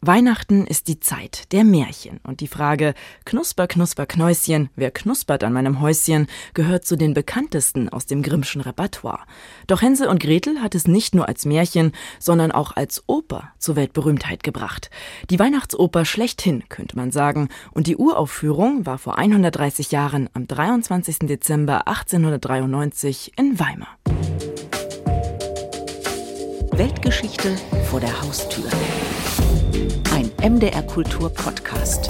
Weihnachten ist die Zeit der Märchen und die Frage Knusper, Knusper, Knäuschen, wer knuspert an meinem Häuschen, gehört zu den bekanntesten aus dem Grimmschen Repertoire. Doch Hänsel und Gretel hat es nicht nur als Märchen, sondern auch als Oper zur Weltberühmtheit gebracht. Die Weihnachtsoper schlechthin, könnte man sagen, und die Uraufführung war vor 130 Jahren am 23. Dezember 1893 in Weimar. Weltgeschichte vor der Haustür. Ein MDR-Kultur-Podcast.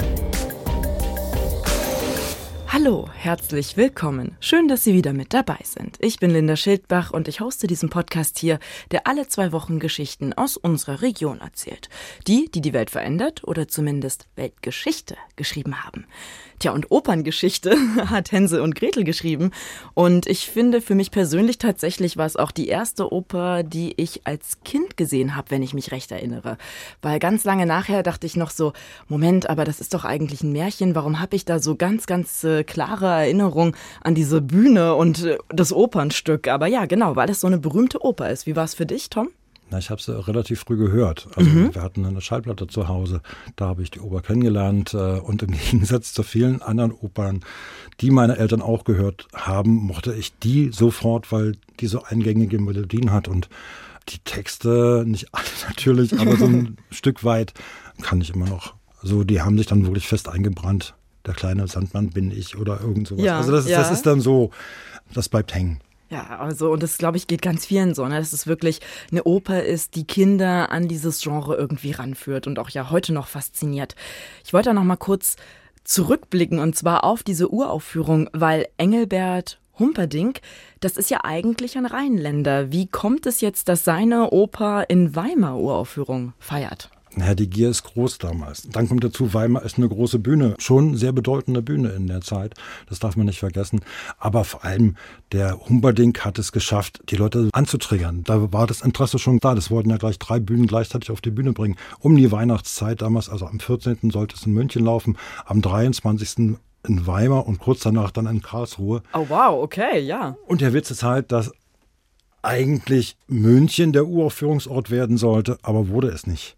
Hallo, herzlich willkommen. Schön, dass Sie wieder mit dabei sind. Ich bin Linda Schildbach und ich hoste diesen Podcast hier, der alle 2 Wochen Geschichten aus unserer Region erzählt. Die die Welt verändert oder zumindest Weltgeschichte geschrieben haben. Tja, und Operngeschichte hat Hänsel und Gretel geschrieben. Und ich finde, für mich persönlich tatsächlich war es auch die erste Oper, die ich als Kind gesehen habe, wenn ich mich recht erinnere. Weil ganz lange nachher dachte ich noch so, Moment, aber das ist doch eigentlich ein Märchen. Warum habe ich da so ganz klare Erinnerung an diese Bühne und das Opernstück? Aber ja, genau, weil es so eine berühmte Oper ist. Wie war es für dich, Tom? Na, ich habe es relativ früh gehört. Also wir hatten eine Schallplatte zu Hause, da habe ich die Oper kennengelernt und im Gegensatz zu vielen anderen Opern, die meine Eltern auch gehört haben, mochte ich die sofort, weil die so eingängige Melodien hat und die Texte, nicht alle natürlich, aber so ein Stück weit kann ich immer noch. Also die haben sich dann wirklich fest eingebrannt. Der kleine Sandmann bin ich oder irgend sowas. Ja, also das ist dann so, das bleibt hängen. Ja, also und das, glaube ich, geht ganz vielen so, ne? Dass es wirklich eine Oper ist, die Kinder an dieses Genre irgendwie ranführt und auch ja heute noch fasziniert. Ich wollte da noch mal kurz zurückblicken und zwar auf diese Uraufführung, weil Engelbert Humperdinck, das ist ja eigentlich ein Rheinländer. Wie kommt es jetzt, dass seine Oper in Weimar Uraufführung feiert? Naja, die Gier ist groß damals. Dann kommt dazu, Weimar ist eine große Bühne, schon sehr bedeutende Bühne in der Zeit. Das darf man nicht vergessen. Aber vor allem der Humperdinck hat es geschafft, die Leute anzutriggern. Da war das Interesse schon da. Das wollten ja gleich 3 Bühnen gleichzeitig auf die Bühne bringen. Um die Weihnachtszeit damals, also am 14. sollte es in München laufen, am 23. in Weimar und kurz danach dann in Karlsruhe. Oh wow, okay, ja. Und der Witz ist halt, dass eigentlich München der Uraufführungsort werden sollte, aber wurde es nicht.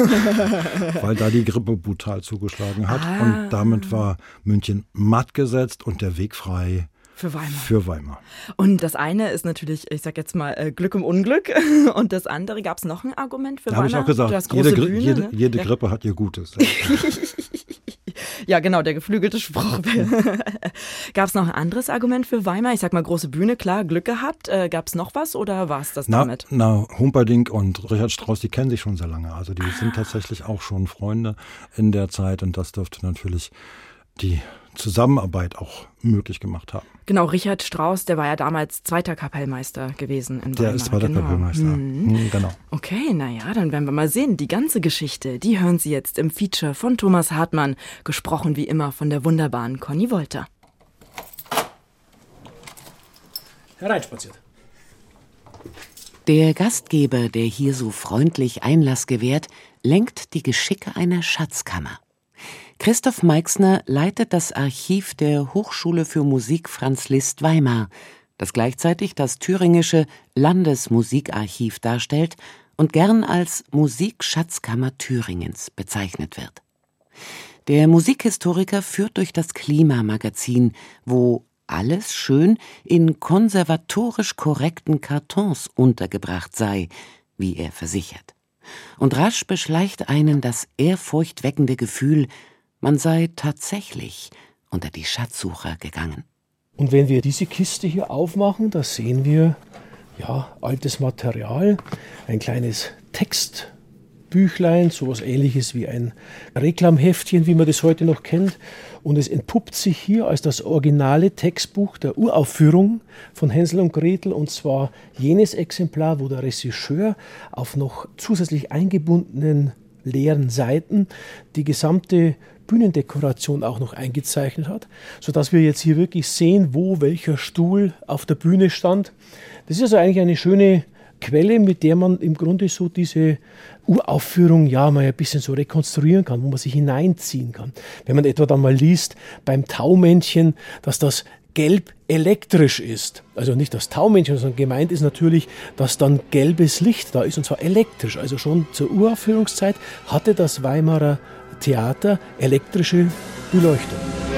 Weil da die Grippe brutal zugeschlagen hat. Und damit war München matt gesetzt und der Weg frei für Weimar. Und das eine ist natürlich, ich sag jetzt mal, Glück im Unglück. Und das andere, gab es noch ein Argument für Weimar? Da habe ich auch gesagt, du hast große Bühne, jede Grippe hat ihr Gutes. Ja, genau, der geflügelte Spruch. Gab es noch ein anderes Argument für Weimar? Ich sag mal, große Bühne, klar, Glück gehabt. Gab es noch was oder war es das damit? Humperdinck und Richard Strauss, die kennen sich schon sehr lange. Also die sind tatsächlich auch schon Freunde in der Zeit und das dürfte natürlich die Zusammenarbeit auch möglich gemacht haben. Genau, Richard Strauss, der war ja damals 2. Kapellmeister gewesen in Weimar. Der ist 2. Kapellmeister, genau. Okay, naja, dann werden wir mal sehen. Die ganze Geschichte, die hören Sie jetzt im Feature von Thomas Hartmann, gesprochen wie immer von der wunderbaren Conny Wolter. Hereinspaziert. Der Gastgeber, der hier so freundlich Einlass gewährt, lenkt die Geschicke einer Schatzkammer. Christoph Meixner leitet das Archiv der Hochschule für Musik Franz Liszt Weimar, das gleichzeitig das thüringische Landesmusikarchiv darstellt und gern als Musikschatzkammer Thüringens bezeichnet wird. Der Musikhistoriker führt durch das Klimamagazin, wo alles schön in konservatorisch korrekten Kartons untergebracht sei, wie er versichert. Und rasch beschleicht einen das ehrfurchtweckende Gefühl, man sei tatsächlich unter die Schatzsucher gegangen. Und wenn wir diese Kiste hier aufmachen, da sehen wir altes Material, ein kleines Textbüchlein, sowas ähnliches wie ein Reklamheftchen, wie man das heute noch kennt. Und es entpuppt sich hier als das originale Textbuch der Uraufführung von Hänsel und Gretel, und zwar jenes Exemplar, wo der Regisseur auf noch zusätzlich eingebundenen leeren Seiten die gesamte Bühnendekoration auch noch eingezeichnet hat, sodass wir jetzt hier wirklich sehen, wo welcher Stuhl auf der Bühne stand. Das ist also eigentlich eine schöne Quelle, mit der man im Grunde so diese Uraufführung mal ein bisschen so rekonstruieren kann, wo man sich hineinziehen kann. Wenn man etwa dann mal liest beim Taumännchen, dass das gelb elektrisch ist. Also nicht das Taumännchen, sondern gemeint ist natürlich, dass dann gelbes Licht da ist, und zwar elektrisch. Also schon zur Uraufführungszeit hatte das Weimarer Theater elektrische Beleuchtung.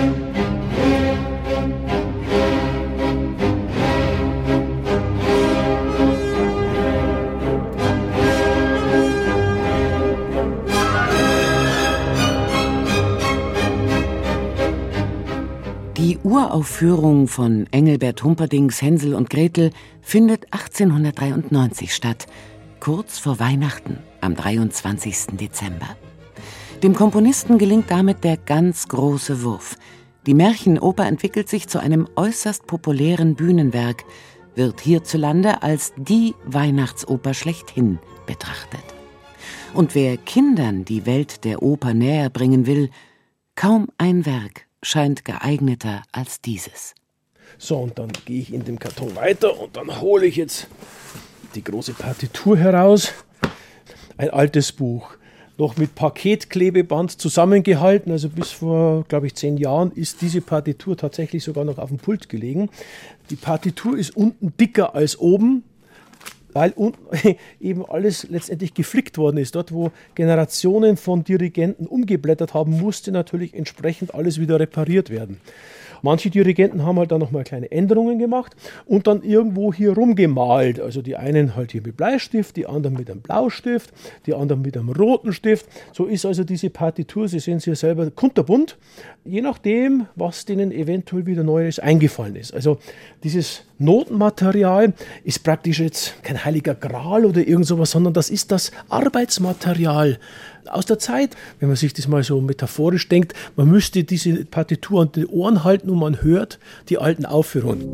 Die Uraufführung von Engelbert Humperdincks Hänsel und Gretel findet 1893 statt, kurz vor Weihnachten, am 23. Dezember. Dem Komponisten gelingt damit der ganz große Wurf. Die Märchenoper entwickelt sich zu einem äußerst populären Bühnenwerk, wird hierzulande als die Weihnachtsoper schlechthin betrachtet. Und wer Kindern die Welt der Oper näher bringen will, kaum ein Werk scheint geeigneter als dieses. So, und dann gehe ich in dem Karton weiter und dann hole ich jetzt die große Partitur heraus. Ein altes Buch, noch mit Paketklebeband zusammengehalten. Also bis vor, glaube ich, 10 Jahren ist diese Partitur tatsächlich sogar noch auf dem Pult gelegen. Die Partitur ist unten dicker als oben, weil unten eben alles letztendlich geflickt worden ist. Dort, wo Generationen von Dirigenten umgeblättert haben, musste natürlich entsprechend alles wieder repariert werden. Manche Dirigenten haben halt dann nochmal kleine Änderungen gemacht und dann irgendwo hier rumgemalt. Also die einen halt hier mit Bleistift, die anderen mit einem Blaustift, die anderen mit einem roten Stift. So ist also diese Partitur, Sie sehen es hier selber, kunterbunt, je nachdem, was denen eventuell wieder Neues eingefallen ist. Also dieses Notenmaterial ist praktisch jetzt kein heiliger Gral oder irgend sowas, sondern das ist das Arbeitsmaterial aus der Zeit. Wenn man sich das mal so metaphorisch denkt, man müsste diese Partitur an die Ohren halten und man hört die alten Aufführungen.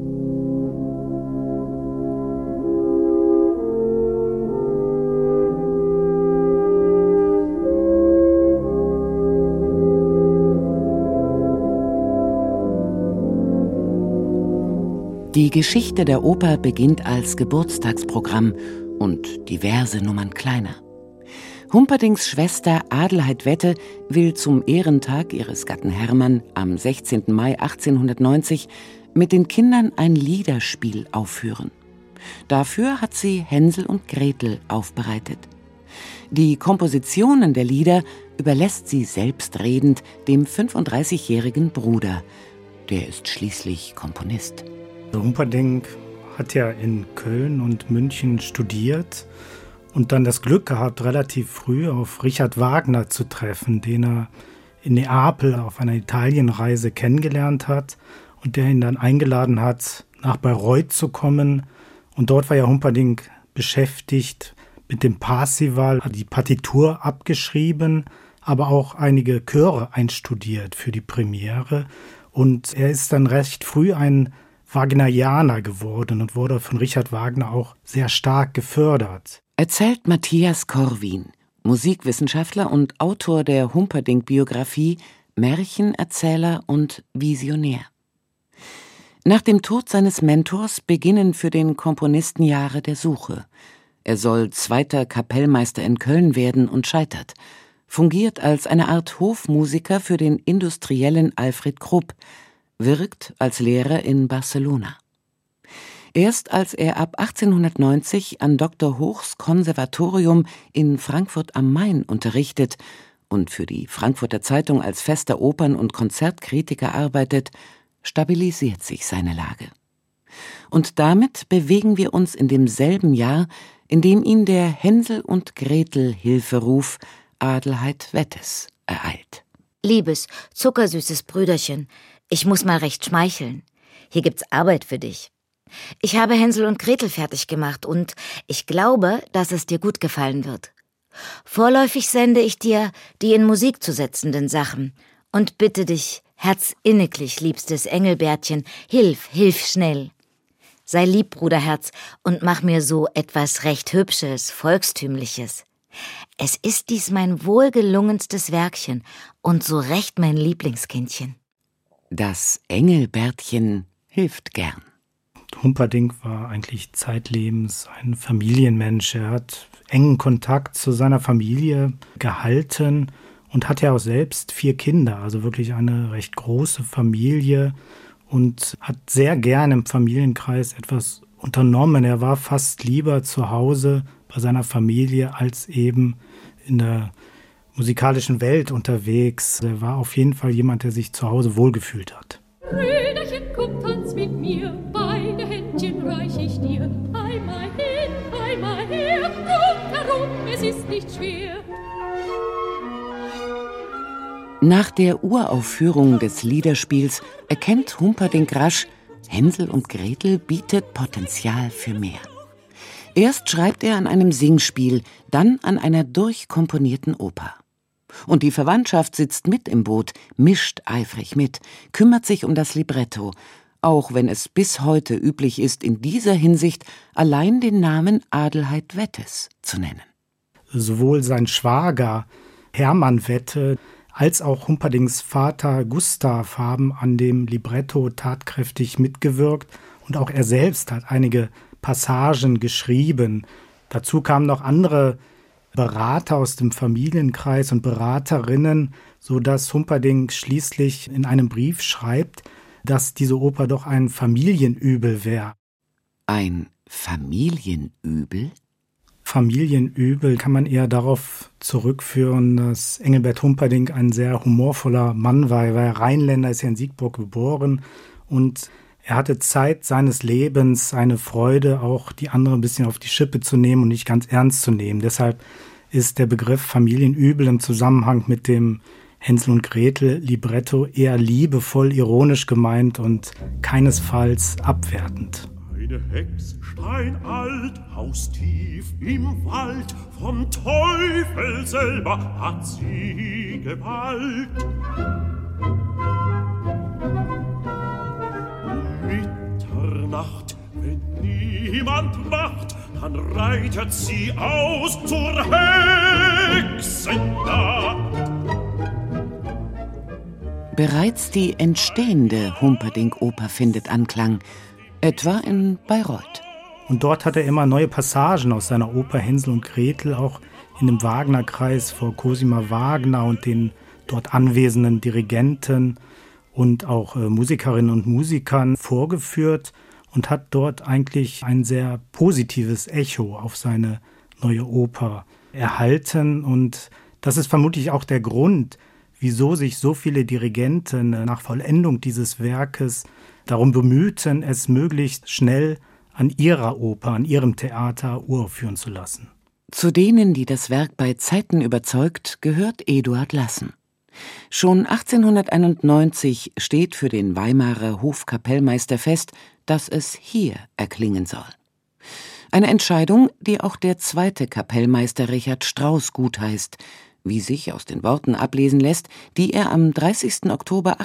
Die Geschichte der Oper beginnt als Geburtstagsprogramm und diverse Nummern kleiner. Humperdincks Schwester Adelheid Wette will zum Ehrentag ihres Gatten Hermann am 16. Mai 1890 mit den Kindern ein Liederspiel aufführen. Dafür hat sie Hänsel und Gretel aufbereitet. Die Kompositionen der Lieder überlässt sie selbstredend dem 35-jährigen Bruder. Der ist schließlich Komponist. Humperdinck hat ja in Köln und München studiert und dann das Glück gehabt, relativ früh auf Richard Wagner zu treffen, den er in Neapel auf einer Italienreise kennengelernt hat und der ihn dann eingeladen hat, nach Bayreuth zu kommen. Und dort war ja Humperdinck beschäftigt mit dem Parsival, hat die Partitur abgeschrieben, aber auch einige Chöre einstudiert für die Premiere. Und er ist dann recht früh ein Wagnerianer geworden und wurde von Richard Wagner auch sehr stark gefördert. Erzählt Matthias Corwin, Musikwissenschaftler und Autor der Humperdinck-Biografie, Märchenerzähler und Visionär. Nach dem Tod seines Mentors beginnen für den Komponisten Jahre der Suche. Er soll zweiter Kapellmeister in Köln werden und scheitert, fungiert als eine Art Hofmusiker für den Industriellen Alfred Krupp, wirkt als Lehrer in Barcelona. Erst als er ab 1890 an Dr. Hochs Konservatorium in Frankfurt am Main unterrichtet und für die Frankfurter Zeitung als fester Opern- und Konzertkritiker arbeitet, stabilisiert sich seine Lage. Und damit bewegen wir uns in demselben Jahr, in dem ihn der Hänsel- und Gretel-Hilferuf Adelheid Wettes ereilt. Liebes, zuckersüßes Brüderchen, ich muss mal recht schmeicheln. Hier gibt's Arbeit für dich. Ich habe Hänsel und Gretel fertig gemacht und ich glaube, dass es dir gut gefallen wird. Vorläufig sende ich dir die in Musik zu setzenden Sachen und bitte dich, herzinniglich, liebstes Engelbärtchen, hilf schnell. Sei lieb, Bruderherz, und mach mir so etwas recht Hübsches, Volkstümliches. Es ist dies mein wohlgelungenstes Werkchen und so recht mein Lieblingskindchen. Das Engelbärtchen hilft gern. Humperdinck war eigentlich zeitlebens ein Familienmensch. Er hat engen Kontakt zu seiner Familie gehalten und hat ja auch selbst 4 Kinder, also wirklich eine recht große Familie. und hat sehr gern im Familienkreis etwas unternommen. Er war fast lieber zu Hause bei seiner Familie als eben in der musikalischen Welt unterwegs. Er war auf jeden Fall jemand, der sich zu Hause wohlgefühlt hat. Brüderchen, komm, tanz mit mir, beide Händchen reich ich dir. Einmal hin, einmal her, rundherum, es ist nicht schwer. Nach der Uraufführung des Liederspiels erkennt Humperdinck rasch, Hänsel und Gretel bietet Potenzial für mehr. Erst schreibt er an einem Singspiel, dann an einer durchkomponierten Oper. Und die Verwandtschaft sitzt mit im Boot, mischt eifrig mit, kümmert sich um das Libretto, auch wenn es bis heute üblich ist, in dieser Hinsicht allein den Namen Adelheid Wettes zu nennen. Sowohl sein Schwager Hermann Wette als auch Humperdincks Vater Gustav haben an dem Libretto tatkräftig mitgewirkt und auch er selbst hat einige Passagen geschrieben. Dazu kamen noch andere Berater aus dem Familienkreis und Beraterinnen, sodass Humperdinck schließlich in einem Brief schreibt, dass diese Oper doch ein Familienübel wäre. Ein Familienübel? Familienübel kann man eher darauf zurückführen, dass Engelbert Humperdinck ein sehr humorvoller Mann war. Er war Rheinländer, ist ja in Siegburg geboren und er hatte Zeit seines Lebens, seine Freude, auch die anderen ein bisschen auf die Schippe zu nehmen und nicht ganz ernst zu nehmen. Deshalb ist der Begriff Familienübel im Zusammenhang mit dem Hänsel und Gretel Libretto eher liebevoll ironisch gemeint und keinesfalls abwertend. Eine Hex steinalt, haustief im Wald, vom Teufel selber hat sie Gewalt. Mitternacht, wenn niemand wacht, dann reitet sie aus zur Hexennacht. Bereits die entstehende Humperdinck-Oper findet Anklang, etwa in Bayreuth. Und dort hat er immer neue Passagen aus seiner Oper Hänsel und Gretel, auch in dem Wagner-Kreis vor Cosima Wagner und den dort anwesenden Dirigenten und auch Musikerinnen und Musikern vorgeführt und hat dort eigentlich ein sehr positives Echo auf seine neue Oper erhalten. Und das ist vermutlich auch der Grund, wieso sich so viele Dirigenten nach Vollendung dieses Werkes darum bemühten, es möglichst schnell an ihrer Oper, an ihrem Theater uraufführen zu lassen. Zu denen, die das Werk bei Zeiten überzeugt, gehört Eduard Lassen. Schon 1891 steht für den Weimarer Hofkapellmeister fest, dass es hier erklingen soll. Eine Entscheidung, die auch der zweite Kapellmeister Richard Strauss gutheißt, wie sich aus den Worten ablesen lässt, die er am 30. Oktober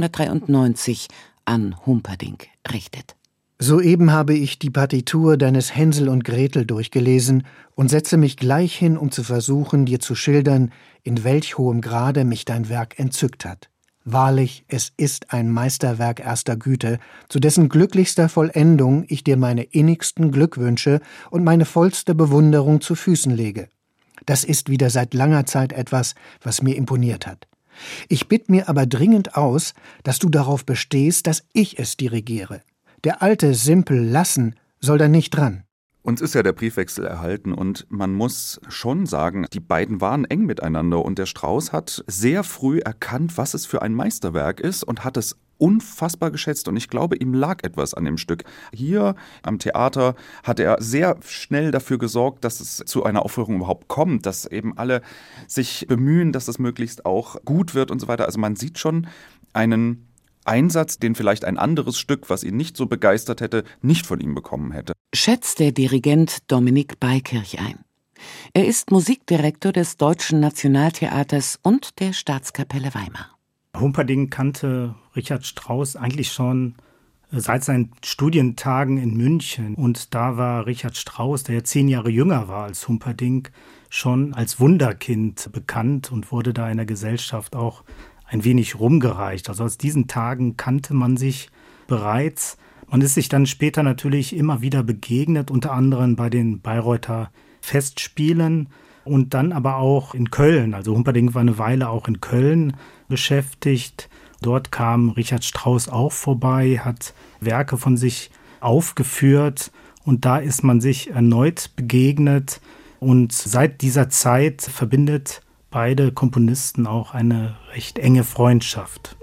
1893 an Humperdinck richtet. Soeben habe ich die Partitur deines Hänsel und Gretel durchgelesen und setze mich gleich hin, um zu versuchen, dir zu schildern, in welch hohem Grade mich dein Werk entzückt hat. Wahrlich, es ist ein Meisterwerk erster Güte, zu dessen glücklichster Vollendung ich dir meine innigsten Glückwünsche und meine vollste Bewunderung zu Füßen lege. Das ist wieder seit langer Zeit etwas, was mir imponiert hat. Ich bitt mir aber dringend aus, dass du darauf bestehst, dass ich es dirigiere. Der alte Simpel Lassen soll da nicht dran. Uns ist ja der Briefwechsel erhalten und man muss schon sagen, die beiden waren eng miteinander und der Strauss hat sehr früh erkannt, was es für ein Meisterwerk ist und hat es unfassbar geschätzt und ich glaube, ihm lag etwas an dem Stück. Hier am Theater hat er sehr schnell dafür gesorgt, dass es zu einer Aufführung überhaupt kommt, dass eben alle sich bemühen, dass es möglichst auch gut wird und so weiter. Also man sieht schon einen Einsatz, den vielleicht ein anderes Stück, was ihn nicht so begeistert hätte, nicht von ihm bekommen hätte. Schätzt der Dirigent Dominik Beikirch ein. Er ist Musikdirektor des Deutschen Nationaltheaters und der Staatskapelle Weimar. Humperdinck kannte Richard Strauss eigentlich schon seit seinen Studientagen in München. Und da war Richard Strauss, der ja 10 Jahre jünger war als Humperdinck, schon als Wunderkind bekannt und wurde da in der Gesellschaft auch ein wenig rumgereicht. Also aus diesen Tagen kannte man sich bereits. Man ist sich dann später natürlich immer wieder begegnet, unter anderem bei den Bayreuther Festspielen und dann aber auch in Köln. Also Humperdinck war eine Weile auch in Köln beschäftigt Dort kam Richard Strauss auch vorbei, hat Werke von sich aufgeführt und da ist man sich erneut begegnet. Und seit dieser Zeit verbindet beide Komponisten auch eine recht enge Freundschaft.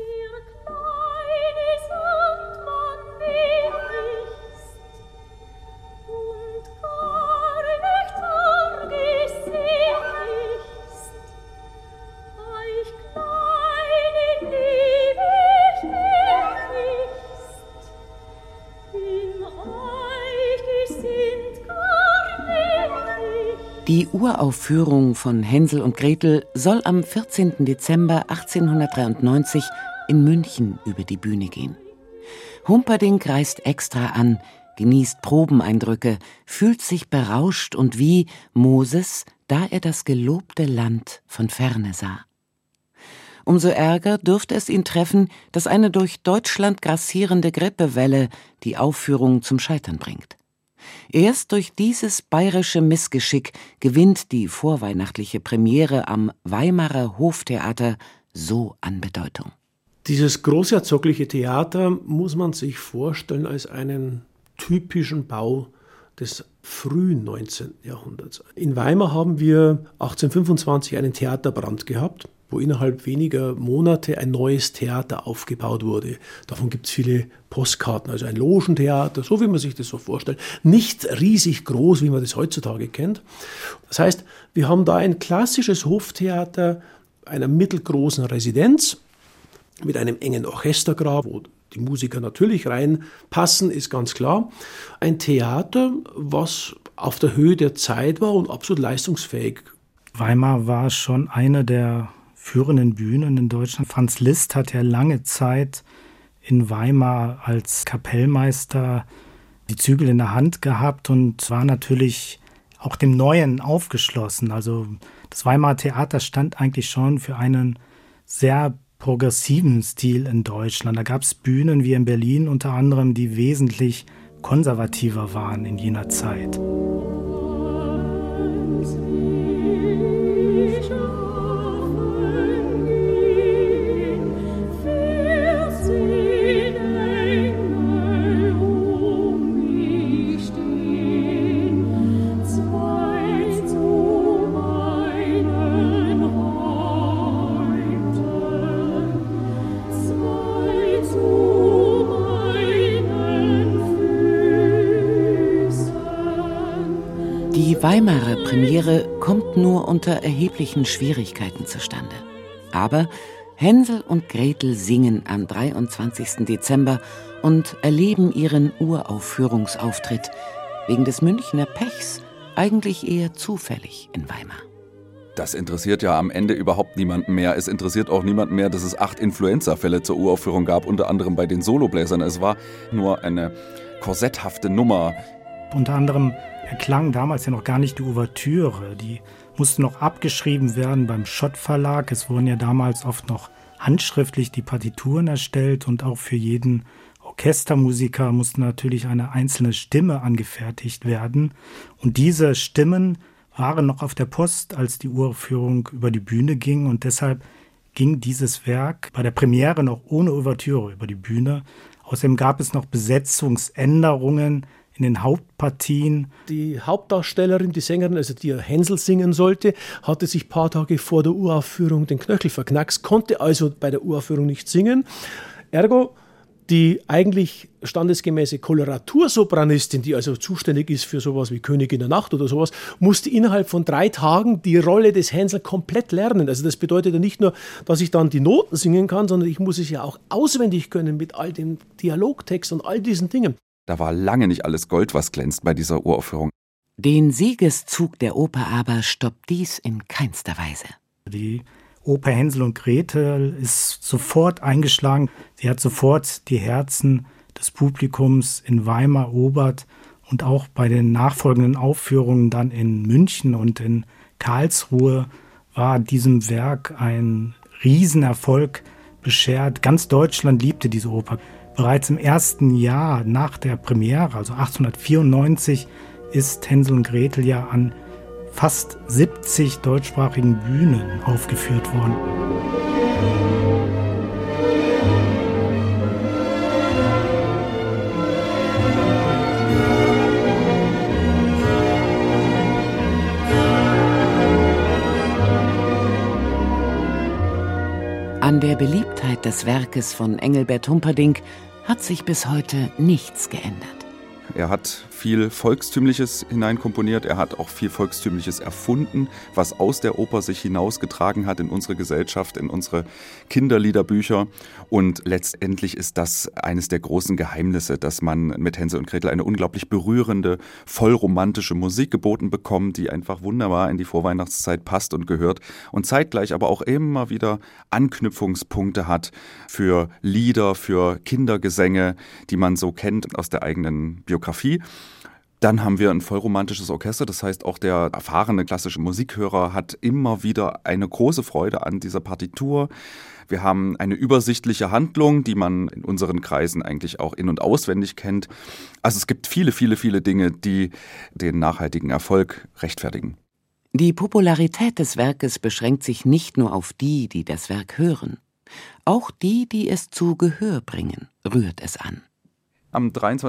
Die Uraufführung von Hänsel und Gretel soll am 14. Dezember 1893 in München über die Bühne gehen. Humperdinck reist extra an, genießt Probeneindrücke, fühlt sich berauscht und wie Moses, da er das gelobte Land von ferne sah. Umso ärger dürfte es ihn treffen, dass eine durch Deutschland grassierende Grippewelle die Aufführung zum Scheitern bringt. Erst durch dieses bayerische Missgeschick gewinnt die vorweihnachtliche Premiere am Weimarer Hoftheater so an Bedeutung. Dieses großherzogliche Theater muss man sich vorstellen als einen typischen Bau des frühen 19. Jahrhunderts. In Weimar haben wir 1825 einen Theaterbrand gehabt, wo innerhalb weniger Monate ein neues Theater aufgebaut wurde. Davon gibt es viele Postkarten, also ein Logentheater, so wie man sich das so vorstellt. Nicht riesig groß, wie man das heutzutage kennt. Das heißt, wir haben da ein klassisches Hoftheater einer mittelgroßen Residenz mit einem engen Orchestergraben, wo die Musiker natürlich reinpassen, ist ganz klar. Ein Theater, was auf der Höhe der Zeit war und absolut leistungsfähig. Weimar war schon eine der führenden Bühnen in Deutschland. Franz Liszt hat ja lange Zeit in Weimar als Kapellmeister die Zügel in der Hand gehabt und war natürlich auch dem Neuen aufgeschlossen. Also das Weimarer Theater stand eigentlich schon für einen sehr progressiven Stil in Deutschland. Da gab es Bühnen wie in Berlin unter anderem, die wesentlich konservativer waren in jener Zeit. Die Weimarer Premiere kommt nur unter erheblichen Schwierigkeiten zustande. Aber Hänsel und Gretel singen am 23. Dezember und erleben ihren Uraufführungsauftritt wegen des Münchner Pechs eigentlich eher zufällig in Weimar. Das interessiert ja am Ende überhaupt niemanden mehr. Es interessiert auch niemanden mehr, dass es 8 Influenza-Fälle zur Uraufführung gab, unter anderem bei den Solobläsern. Es war nur eine korsetthafte Nummer. Unter anderem erklang damals ja noch gar nicht die Ouvertüre. Die musste noch abgeschrieben werden beim Schott Verlag. Es wurden ja damals oft noch handschriftlich die Partituren erstellt und auch für jeden Orchestermusiker musste natürlich eine einzelne Stimme angefertigt werden. Und diese Stimmen waren noch auf der Post, als die Uraufführung über die Bühne ging. Und deshalb ging dieses Werk bei der Premiere noch ohne Ouvertüre über die Bühne. Außerdem gab es noch Besetzungsänderungen in den Hauptpartien. Die Hauptdarstellerin, die Sängerin, also die Hänsel singen sollte, hatte sich ein paar Tage vor der Uraufführung den Knöchel verknackst, konnte also bei der Uraufführung nicht singen. Ergo, die eigentlich standesgemäße Koloratursopranistin, die also zuständig ist für sowas wie König in der Nacht oder sowas, musste innerhalb von 3 Tagen die Rolle des Hänsel komplett lernen. Also das bedeutet ja nicht nur, dass ich dann die Noten singen kann, sondern ich muss es ja auch auswendig können mit all dem Dialogtext und all diesen Dingen. Da war lange nicht alles Gold, was glänzt bei dieser Uraufführung. Den Siegeszug der Oper aber stoppt dies in keinster Weise. Die Oper Hänsel und Gretel ist sofort eingeschlagen. Sie hat sofort die Herzen des Publikums in Weimar erobert und auch bei den nachfolgenden Aufführungen dann in München und in Karlsruhe war diesem Werk ein Riesenerfolg beschert. Ganz Deutschland liebte diese Oper. Bereits im ersten Jahr nach der Premiere, also 1894, ist Hänsel und Gretel ja an fast 70 deutschsprachigen Bühnen aufgeführt worden. An der Beliebtheit des Werkes von Engelbert Humperdinck hat sich bis heute nichts geändert. Er hat viel Volkstümliches hineinkomponiert, er hat auch viel Volkstümliches erfunden, was aus der Oper sich hinausgetragen hat in unsere Gesellschaft, in unsere Kinderliederbücher. Und letztendlich ist das eines der großen Geheimnisse, dass man mit Hänsel und Gretel eine unglaublich berührende, vollromantische Musik geboten bekommt, die einfach wunderbar in die Vorweihnachtszeit passt und gehört und zeitgleich aber auch immer wieder Anknüpfungspunkte hat für Lieder, für Kindergesänge, die man so kennt aus der eigenen Biografie. Dann haben wir ein vollromantisches Orchester, das heißt auch der erfahrene klassische Musikhörer hat immer wieder eine große Freude an dieser Partitur. Wir haben eine übersichtliche Handlung, die man in unseren Kreisen eigentlich auch in- und auswendig kennt. Also es gibt viele, viele, viele Dinge, die den nachhaltigen Erfolg rechtfertigen. Die Popularität des Werkes beschränkt sich nicht nur auf die, die das Werk hören. Auch die, die es zu Gehör bringen, rührt es an. Am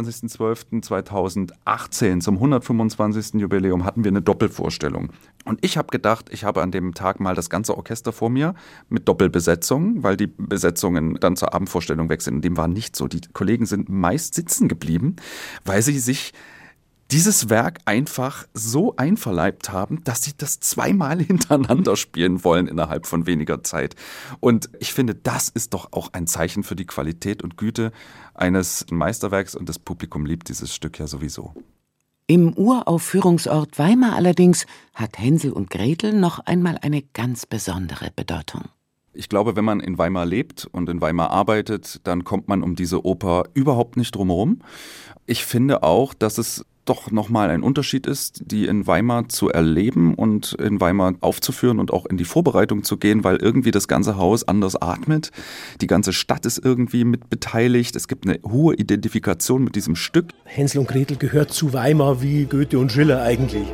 23.12.2018 zum 125. Jubiläum hatten wir eine Doppelvorstellung. Und ich habe gedacht, ich habe an dem Tag mal das ganze Orchester vor mir mit Doppelbesetzung, weil die Besetzungen dann zur Abendvorstellung wechseln. Und dem war nicht so. Die Kollegen sind meist sitzen geblieben, weil sie sich dieses Werk einfach so einverleibt haben, dass sie das zweimal hintereinander spielen wollen innerhalb von weniger Zeit. Und ich finde, das ist doch auch ein Zeichen für die Qualität und Güte eines Meisterwerks und das Publikum liebt dieses Stück ja sowieso. Im Uraufführungsort Weimar allerdings hat Hänsel und Gretel noch einmal eine ganz besondere Bedeutung. Ich glaube, wenn man in Weimar lebt und in Weimar arbeitet, dann kommt man um diese Oper überhaupt nicht drumherum. Ich finde auch, dass es doch nochmal ein Unterschied ist, die in Weimar zu erleben und in Weimar aufzuführen und auch in die Vorbereitung zu gehen, weil irgendwie das ganze Haus anders atmet. Die ganze Stadt ist irgendwie mit beteiligt. Es gibt eine hohe Identifikation mit diesem Stück. Hänsel und Gretel gehört zu Weimar wie Goethe und Schiller eigentlich.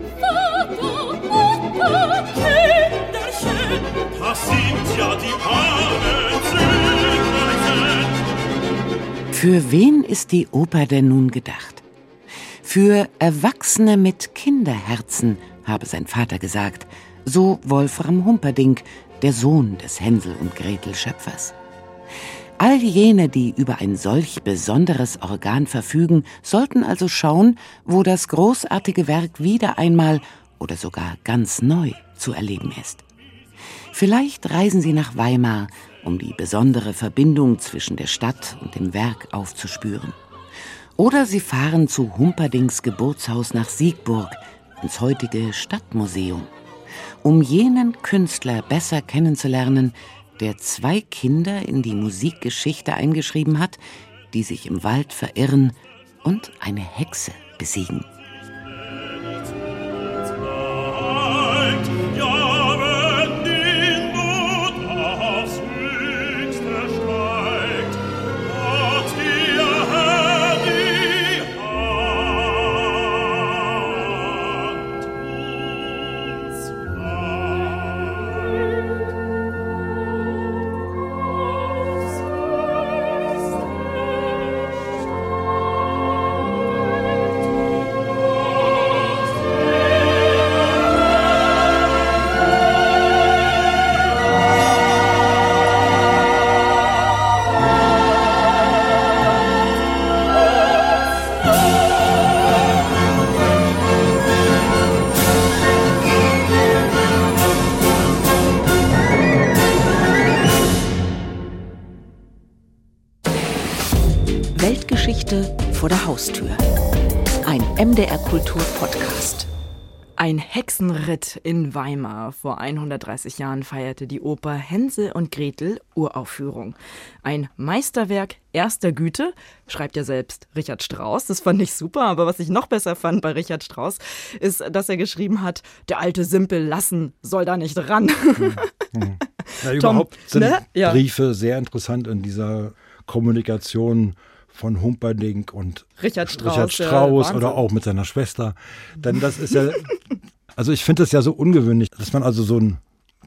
Das sind ja die armen Südreichen. Für wen ist die Oper denn nun gedacht? Für Erwachsene mit Kinderherzen, habe sein Vater gesagt, so Wolfram Humperdinck, der Sohn des Hänsel- und Gretel-Schöpfers. All jene, die über ein solch besonderes Organ verfügen, sollten also schauen, wo das großartige Werk wieder einmal oder sogar ganz neu zu erleben ist. Vielleicht reisen sie nach Weimar, um die besondere Verbindung zwischen der Stadt und dem Werk aufzuspüren. Oder sie fahren zu Humperdincks Geburtshaus nach Siegburg, ins heutige Stadtmuseum, um jenen Künstler besser kennenzulernen, der 2 Kinder in die Musikgeschichte eingeschrieben hat, die sich im Wald verirren und eine Hexe besiegen. Weltgeschichte vor der Haustür. Ein MDR-Kultur-Podcast. Ein Hexenritt in Weimar. Vor 130 Jahren feierte die Oper Hänsel und Gretel Uraufführung. Ein Meisterwerk erster Güte, schreibt ja selbst Richard Strauss. Das fand ich super, aber was ich noch besser fand bei Richard Strauss, ist, dass er geschrieben hat, der alte Simpel lassen soll da nicht ran. Ja, überhaupt sind Briefe sehr interessant in dieser Kommunikation von Humperdinck und Richard Strauss oder auch mit seiner Schwester. Denn das ist ja, also ich finde es ja so ungewöhnlich, dass man also so ein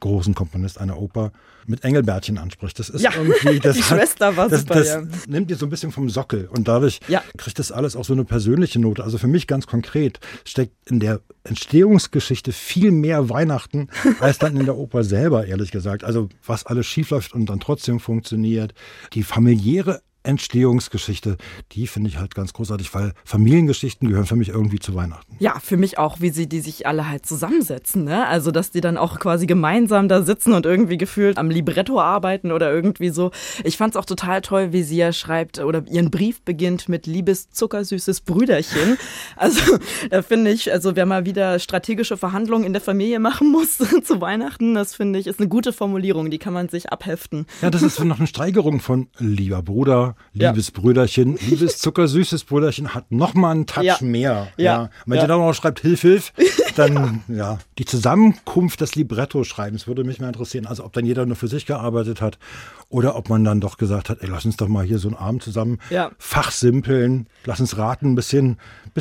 großen Komponist einer Oper mit Engelbärtchen anspricht. Das ist ja, irgendwie, das die Schwester war super. Das nimmt ihr so ein bisschen vom Sockel und dadurch kriegt das alles auch so eine persönliche Note. Also für mich ganz konkret steckt in der Entstehungsgeschichte viel mehr Weihnachten als dann in der Oper selber, ehrlich gesagt. Also was alles schiefläuft und dann trotzdem funktioniert. Die familiäre Entstehungsgeschichte, die finde ich halt ganz großartig, weil Familiengeschichten gehören für mich irgendwie zu Weihnachten. Ja, für mich auch, wie die sich alle halt zusammensetzen, ne? Also, dass die dann auch quasi gemeinsam da sitzen und irgendwie gefühlt am Libretto arbeiten oder irgendwie so. Ich fand's auch total toll, wie sie ja schreibt oder ihren Brief beginnt mit liebes, zuckersüßes Brüderchen. Also, da finde ich, also wer mal wieder strategische Verhandlungen in der Familie machen muss zu Weihnachten, das finde ich, ist eine gute Formulierung, die kann man sich abheften. Ja, das ist noch eine Steigerung von lieber Bruder, liebes Brüderchen, liebes zuckersüßes Brüderchen hat nochmal einen Touch mehr. Ja. Wenn ihr dann noch schreibt, Hilf, dann die Zusammenkunft des Libretto-Schreibens würde mich mal interessieren. Also ob dann jeder nur für sich gearbeitet hat oder ob man dann doch gesagt hat, ey, lass uns doch mal hier so einen Abend zusammen fachsimpeln, lass uns raten, ein bisschen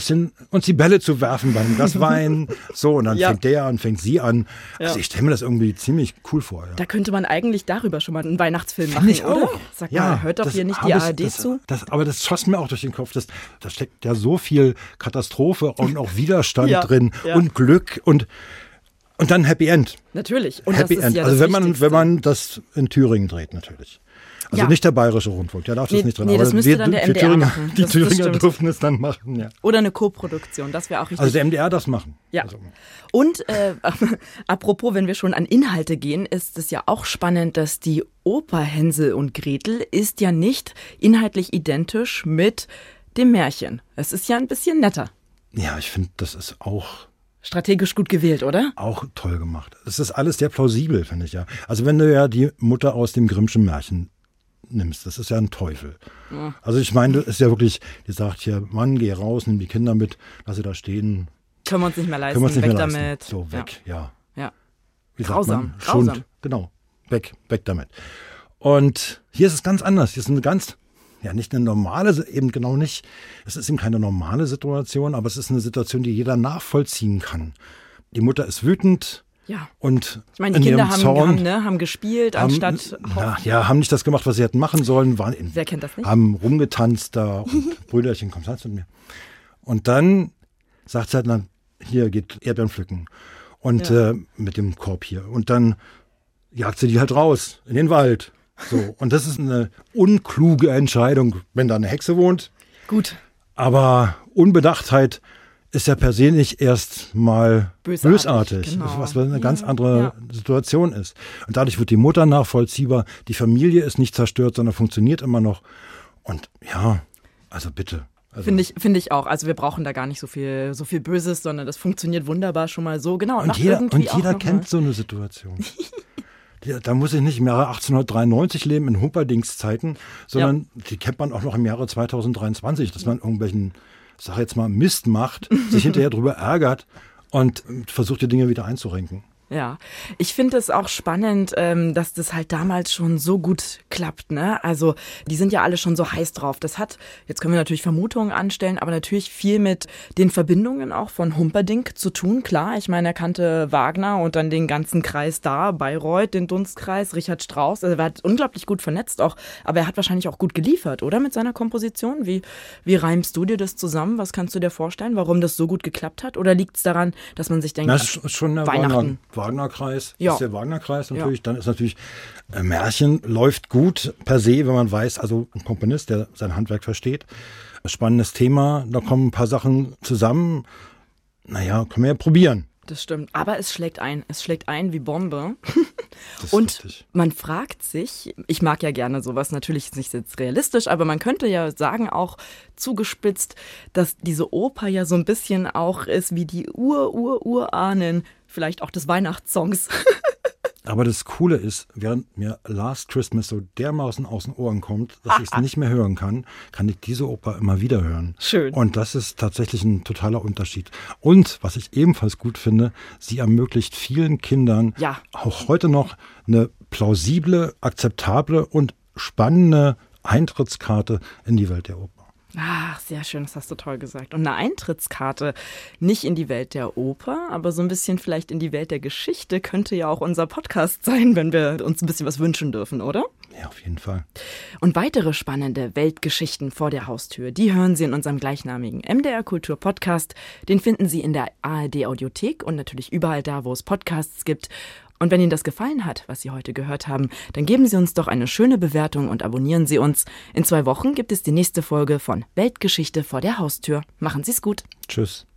uns die Bälle zu werfen bei einem Glas Wein. So, und dann fängt der an, fängt sie an. Also ich stelle mir das irgendwie ziemlich cool vor. Ja. Da könnte man eigentlich darüber schon mal einen Weihnachtsfilm machen, oder? Sag mal, hört doch hier nicht die ARD zu? Aber das schoss mir auch durch den Kopf. Da steckt ja so viel Katastrophe und auch Widerstand drin und Glück und dann Happy End. Natürlich. Und Happy das ist End. ja also das wenn man das in Thüringen dreht, natürlich. Also nicht der Bayerische Rundfunk, der darf das nicht drin. Nee, das müsste dann der MDR machen. Die Thüringer durften es dann machen, ja. Oder eine Co-Produktion, das wäre auch richtig. Also der MDR darf es machen. Ja. Also. Und apropos, wenn wir schon an Inhalte gehen, ist es ja auch spannend, dass die Oper Hänsel und Gretel ist ja nicht inhaltlich identisch mit dem Märchen. Es ist ja ein bisschen netter. Ja, ich finde, das ist auch strategisch gut gewählt, oder? Auch toll gemacht. Es ist alles sehr plausibel, finde ich ja. Also wenn du ja die Mutter aus dem Grimmschen Märchen nimmst, das ist ja ein Teufel. Ja. Also ich meine, das ist ja wirklich, die sagt hier, Mann, geh raus, nimm die Kinder mit, lass sie da stehen. Können wir uns nicht mehr leisten, weg damit. So, weg, ja. Wie grausam, sagt man? Schund, genau, weg damit. Und hier ist es ganz anders. Hier ist eine ganz, nicht eine normale, eben genau nicht, es ist eben keine normale Situation, aber es ist eine Situation, die jeder nachvollziehen kann. Die Mutter ist wütend. Ja. Und ich meine, die Kinder haben gespielt, anstatt. Haben nicht das gemacht, was sie hätten machen sollen. Wer kennt das nicht? Haben rumgetanzt da und Brüderchen, komm, tanz mit mir. Und dann sagt sie halt, hier geht Erdbeeren pflücken. Und mit dem Korb hier. Und dann jagt sie die halt raus in den Wald. So. Und das ist eine unkluge Entscheidung, wenn da eine Hexe wohnt. Gut. Aber Unbedachtheit ist ja per se nicht erst mal bösartig, genau. Was eine ganz andere Situation ist. Und dadurch wird die Mutter nachvollziehbar, die Familie ist nicht zerstört, sondern funktioniert immer noch. Und also bitte. Also Finde ich auch. Also wir brauchen da gar nicht so viel Böses, sondern das funktioniert wunderbar schon mal so. Genau. Und jeder kennt so eine Situation. Da muss ich nicht im Jahre 1893 leben, in Humperdinks-Zeiten, sondern die kennt man auch noch im Jahre 2023, dass man irgendwelchen, sag jetzt mal, Mist macht, sich hinterher drüber ärgert und versucht, die Dinge wieder einzurenken. Ja, ich finde es auch spannend, dass das halt damals schon so gut klappt, ne? Also die sind ja alle schon so heiß drauf. Das hat, jetzt können wir natürlich Vermutungen anstellen, aber natürlich viel mit den Verbindungen auch von Humperdinck zu tun. Klar, ich meine, er kannte Wagner und dann den ganzen Kreis da, Bayreuth, den Dunstkreis, Richard Strauss. Also er war unglaublich gut vernetzt auch, aber er hat wahrscheinlich auch gut geliefert, oder? Mit seiner Komposition. Wie reimst du dir das zusammen? Was kannst du dir vorstellen, warum das so gut geklappt hat? Oder liegt es daran, dass man sich denkt, das ist schon Weihnachten? Wagnerkreis, ist der Wagnerkreis natürlich. Dann ist natürlich Märchen läuft gut per se, wenn man weiß, also ein Komponist, der sein Handwerk versteht. Spannendes Thema, da kommen ein paar Sachen zusammen. Können wir ja probieren. Das stimmt, aber es schlägt ein wie Bombe. Und man fragt sich, ich mag ja gerne sowas, natürlich ist nicht jetzt realistisch, aber man könnte ja sagen, auch zugespitzt, dass diese Oper ja so ein bisschen auch ist wie die Urahnen, vielleicht auch des Weihnachtssongs. Aber das Coole ist, während mir Last Christmas so dermaßen aus den Ohren kommt, dass ich es nicht mehr hören kann ich diese Oper immer wieder hören. Schön. Und das ist tatsächlich ein totaler Unterschied. Und was ich ebenfalls gut finde, sie ermöglicht vielen Kindern auch heute noch eine plausible, akzeptable und spannende Eintrittskarte in die Welt der Oper. Ach, sehr schön, das hast du toll gesagt. Und eine Eintrittskarte, nicht in die Welt der Oper, aber so ein bisschen vielleicht in die Welt der Geschichte, könnte ja auch unser Podcast sein, wenn wir uns ein bisschen was wünschen dürfen, oder? Ja, auf jeden Fall. Und weitere spannende Weltgeschichten vor der Haustür, die hören Sie in unserem gleichnamigen MDR Kultur Podcast. Den finden Sie in der ARD Audiothek und natürlich überall da, wo es Podcasts gibt. Und wenn Ihnen das gefallen hat, was Sie heute gehört haben, dann geben Sie uns doch eine schöne Bewertung und abonnieren Sie uns. In 2 Wochen gibt es die nächste Folge von Weltgeschichte vor der Haustür. Machen Sie es gut. Tschüss.